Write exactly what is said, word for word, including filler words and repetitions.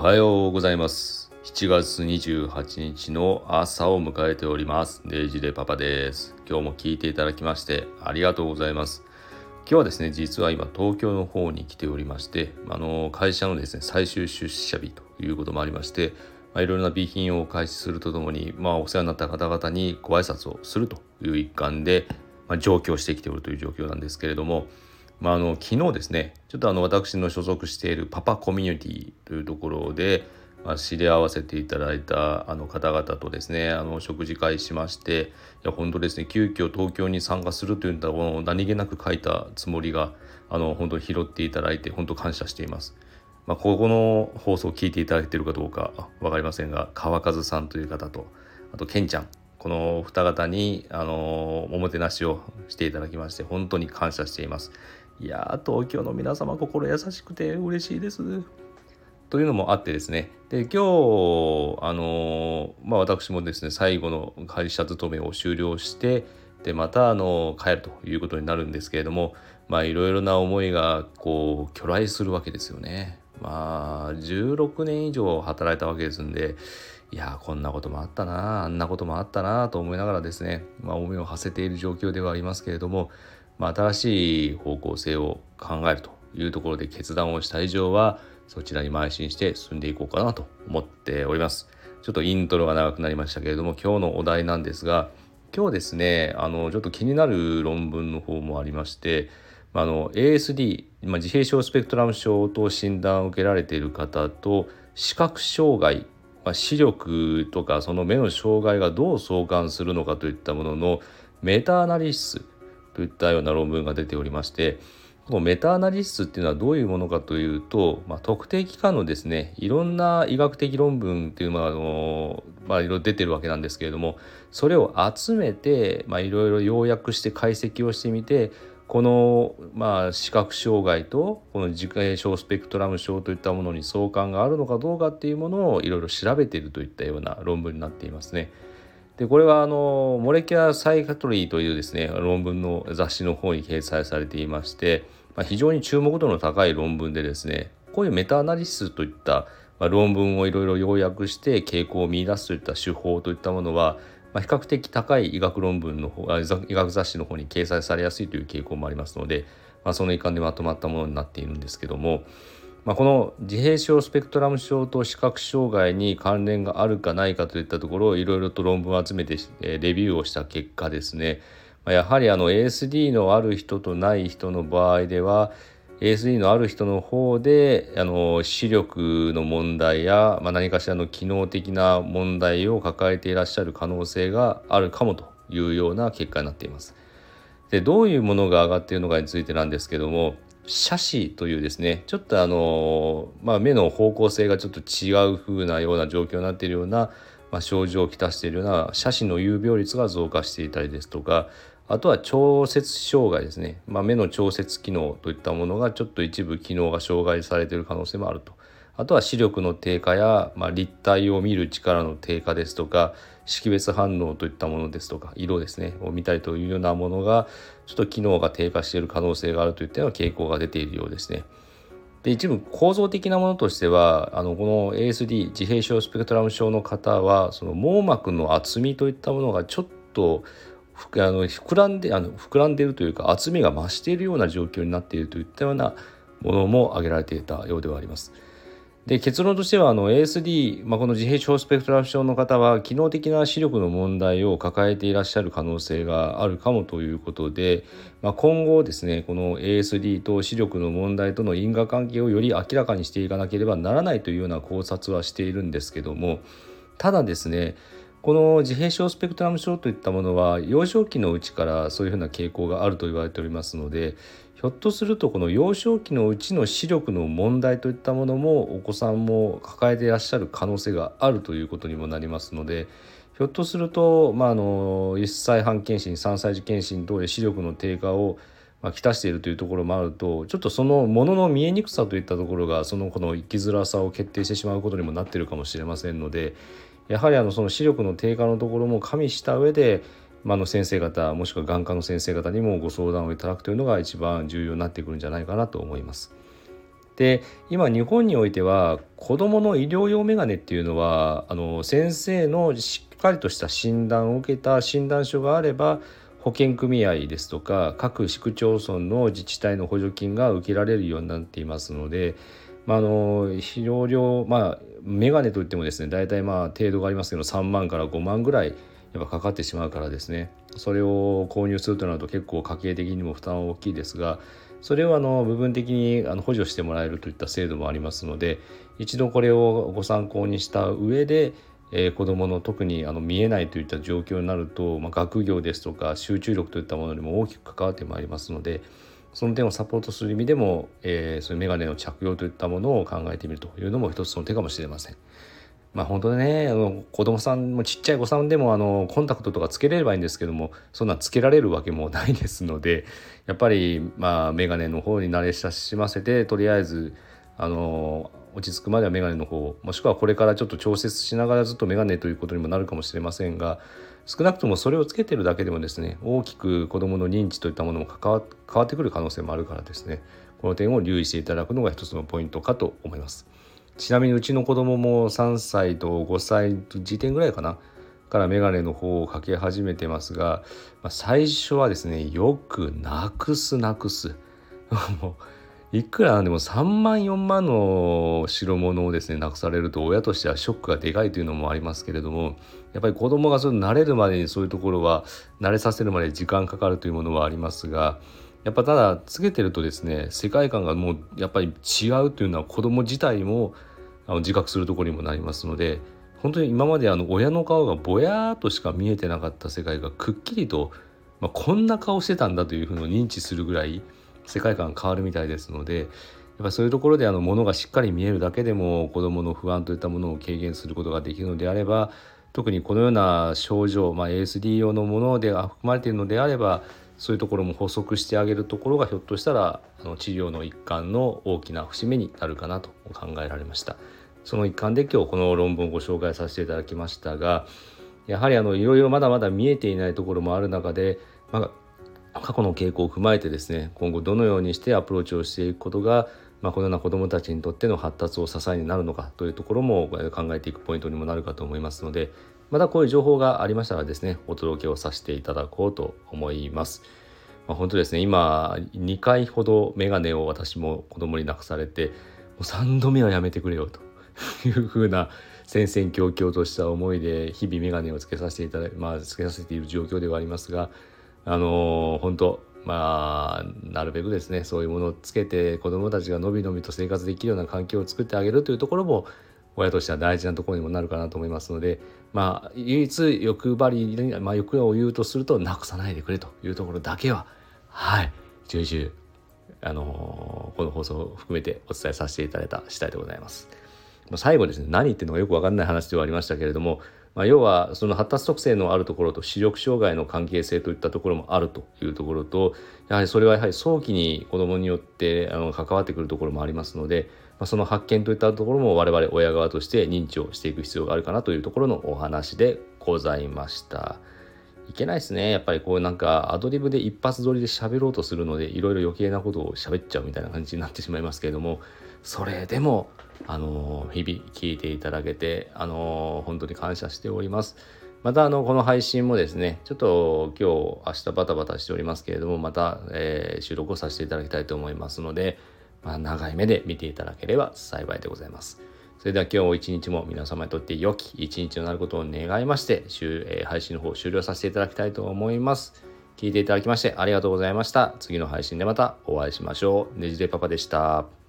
はようございます。しちがつにじゅうはちにちの朝を迎えております。デイジレパパです。今日も聞いていただきましてありがとうございます。今日はですね、実は今東京の方に来ておりまして、あの会社のですね最終出社日ということもありまして、まあ、いろいろな備品を開始するとともに、まあ、お世話になった方々にご挨拶をするという一環で、まあ、上京してきておるという状況なんですけれども、まあ、あの昨日ですね、ちょっとあの私の所属しているパパコミュニティというところで、まあ、知り合わせていただいたあの方々とですね、あの食事会しまして、いや本当ですね、急遽東京に参加するといったものを何気なく書いたつもりがあの本当に拾っていただいて本当感謝しています。まあ、ここの放送を聞いていただいているかどうか分かりませんが、川和さんという方と、あとケンちゃん、このお二方にあのおもてなしをしていただきまして本当に感謝しています。いやー、東京の皆様心優しくて嬉しいですというのもあってですね、で今日あの、まあ、私もですね最後の会社勤めを終了して、でまたあの帰るということになるんですけれども、まあいろいろな思いがこう去来するわけですよね。まあじゅうろくねん以上働いたわけですんで、いやこんなこともあったな、あんなこともあったなと思いながらですね、まあ思いを馳せている状況ではありますけれども、まあ、新しい方向性を考えるというところで決断をした以上はそちらに邁進して進んでいこうかなと思っております。ちょっとイントロが長くなりましたけれども、今日のお題なんですが、今日ですね、あのちょっと気になる論文の方もありまして、あの エーエスディー、まあ、自閉症スペクトラム症と診断を受けられている方と視覚障害、まあ、視力とかその目の障害がどう相関するのかといったもののメタアナリシスといったような論文が出ておりまして、このメタアナリシスっていうのはどういうものかというと、まあ、特定期間のですねいろんな医学的論文っていうのはあの、まあ、いろいろ出てるわけなんですけれども、それを集めて、まあ、いろいろ要約して解析をしてみて、この、まあ、視覚障害とこの自閉症スペクトラム症といったものに相関があるのかどうかっていうものをいろいろ調べているといったような論文になっていますね。でこれはあのモレキュラーサイカトリーというですね論文の雑誌の方に掲載されていまして、まあ、非常に注目度の高い論文でですね、こういうメタアナリシスといった、まあ、論文をいろいろ要約して傾向を見出すといった手法といったものは、まあ、比較的高い医学論文の方、医学雑誌の方に掲載されやすいという傾向もありますので、まあ、その一環でまとまったものになっているんですけども、まあ、この自閉症スペクトラム症と視覚障害に関連があるかないかといったところをいろいろと論文を集めてレビューをした結果ですね、やはりあの エーエスディー のある人とない人の場合では エーエスディー のある人の方であの視力の問題や、まあ、何かしらの機能的な問題を抱えていらっしゃる可能性があるかもというような結果になっています。でどういうものが上がっているのかについてなんですけども、斜視というですね、ちょっとあの、まあ、目の方向性がちょっと違う風なような状況になっているような、まあ、症状をきたしているような斜視の有病率が増加していたりですとか、あとは調節障害ですね、まあ、目の調節機能といったものがちょっと一部機能が障害されている可能性もあると。あとは視力の低下や、まあ、立体を見る力の低下ですとか、識別反応といったものですとか、色ですねを見たりというようなものがちょっと機能が低下している可能性があるといったような傾向が出ているようですね。で一部構造的なものとしては、あのこの エーエスディー 自閉症スペクトラム症の方はその網膜の厚みといったものがちょっとあの膨らんであの膨らんでいるというか、厚みが増しているような状況になっているといったようなものも挙げられていたようではあります。で結論としてはあの エーエスディー、まあ、この自閉症スペクトラム症の方は機能的な視力の問題を抱えていらっしゃる可能性があるかもということで、まあ、今後ですねこの エーエスディー と視力の問題との因果関係をより明らかにしていかなければならないというような考察はしているんですけども、ただですね、この自閉症スペクトラム症といったものは幼少期のうちからそういうふうな傾向があると言われておりますので、ひょっとするとこの幼少期のうちの視力の問題といったものもお子さんも抱えていらっしゃる可能性があるということにもなりますので、ひょっとすると、まあ、あのいっさいはん検診さんさい児検診等で視力の低下をまあ、きたしているというところもあると、ちょっとそのものの見えにくさといったところがその子の生きづらさを決定してしまうことにもなっているかもしれませんので、やはりあのその視力の低下のところも加味した上で、まあ、の先生方もしくは眼科の先生方にもご相談をいただくというのが一番重要になってくるんじゃないかなと思います。 で今日本においては子どもの医療用メガネっていうのはあの先生のしっかりとした診断を受けた診断書があれば保険組合ですとか各市区町村の自治体の補助金が受けられるようになっていますので、まあ、あの医療用、まあ、メガネといってもですね大体まあ程度がありますけどさんまんからごまんぐらいやっぱかかってしまうからですね、それを購入するとなると結構家計的にも負担は大きいですが、それをあの部分的にあの補助してもらえるといった制度もありますので、一度これをご参考にした上で、えー、子どもの特にあの見えないといった状況になると、まあ、学業ですとか集中力といったものにも大きく関わってまいりますので、その点をサポートする意味でも、えー、そういうメガネの着用といったものを考えてみるというのも一つの手かもしれません。まあ本当にね、あの子供さんもちっちゃい子さんでもあのコンタクトとかつけれればいいんですけども、そんなつけられるわけもないですので、やっぱりまあメガネの方に慣れ親しませて、とりあえずあの落ち着くまではメガネの方、もしくはこれからちょっと調節しながらずっとメガネということにもなるかもしれませんが、少なくともそれをつけてるだけでもですね、大きく子どもの認知といったものも関わ、変わってくる可能性もあるからですね、この点を留意していただくのが一つのポイントかと思います。ちなみにうちの子供もさんさいとごさい時点ぐらいかなからメガネの方をかけ始めてますが、まあ、最初はですねよくなくすなくすもういくらなんでもさんまんよんまんの代物をですねなくされると親としてはショックがでかいというのもありますけれども、やっぱり子供がそれ慣れるまでにそういうところは慣れさせるまで時間かかるというものはありますが、やっぱただつけてるとですね世界観がもうやっぱり違うというのは子供自体もあの自覚するところにもなりますので、本当に今まであの親の顔がぼやーっとしか見えてなかった世界がくっきりと、まあ、こんな顔してたんだというふうに認知するぐらい世界観が変わるみたいですので、やっぱそういうところであの物がしっかり見えるだけでも子どもの不安といったものを軽減することができるのであれば、特にこのような症状、まあ、エーエスディー 用のもので含まれているのであれば、そういうところも補足してあげるところがひょっとしたらあの治療の一環の大きな節目になるかなと考えられました。その一環で今日この論文をご紹介させていただきましたが、やはりあのいろいろまだまだ見えていないところもある中で、まあ、過去の傾向を踏まえてですね、今後どのようにしてアプローチをしていくことが、まあ、このような子どもたちにとっての発達を支えになるのかというところも考えていくポイントにもなるかと思いますので、またこういう情報がありましたらですねお届けをさせていただこうと思います。まあ、本当ですね、今にかいほどメガネを私も子供になくされて、もうさんどめはやめてくれよというふうな戦々恐々とした思いで日々メガネをつけさせていただ、まあ、つけさせている状況ではありますが、あのー、本当まあなるべくですねそういうものをつけて子どもたちがのびのびと生活できるような環境を作ってあげるというところも親としては大事なところにもなるかなと思いますので、まあ唯一欲張りに、まあ、欲を言うとするとなくさないでくれというところだけははい重々あのー、この放送を含めてお伝えさせていただいた次第でございます。最後ですね、何言ってるのかよく分かんない話ではありましたけれども、まあ、要はその発達特性のあるところと視力障害の関係性といったところもあるというところと、やはりそれはやはり早期に子どもによってあの関わってくるところもありますので、まあ、その発見といったところも我々親側として認知をしていく必要があるかなというところのお話でございました。いけないですね、やっぱりこうなんかアドリブで一発撮りで喋ろうとするのでいろいろ余計なことを喋っちゃうみたいな感じになってしまいますけれども、それでもあの日々聞いていただけてあの本当に感謝しております。またあのこの配信もですねちょっと今日明日バタバタしておりますけれども、また、えー、収録をさせていただきたいと思いますので、まあ、長い目で見ていただければ幸いでございます。それでは今日一日も皆様にとって良き一日となることを願いまして、えー、配信の方終了させていただきたいと思います。聞いていただきましてありがとうございました。次の配信でまたお会いしましょう。ねじれパパでした。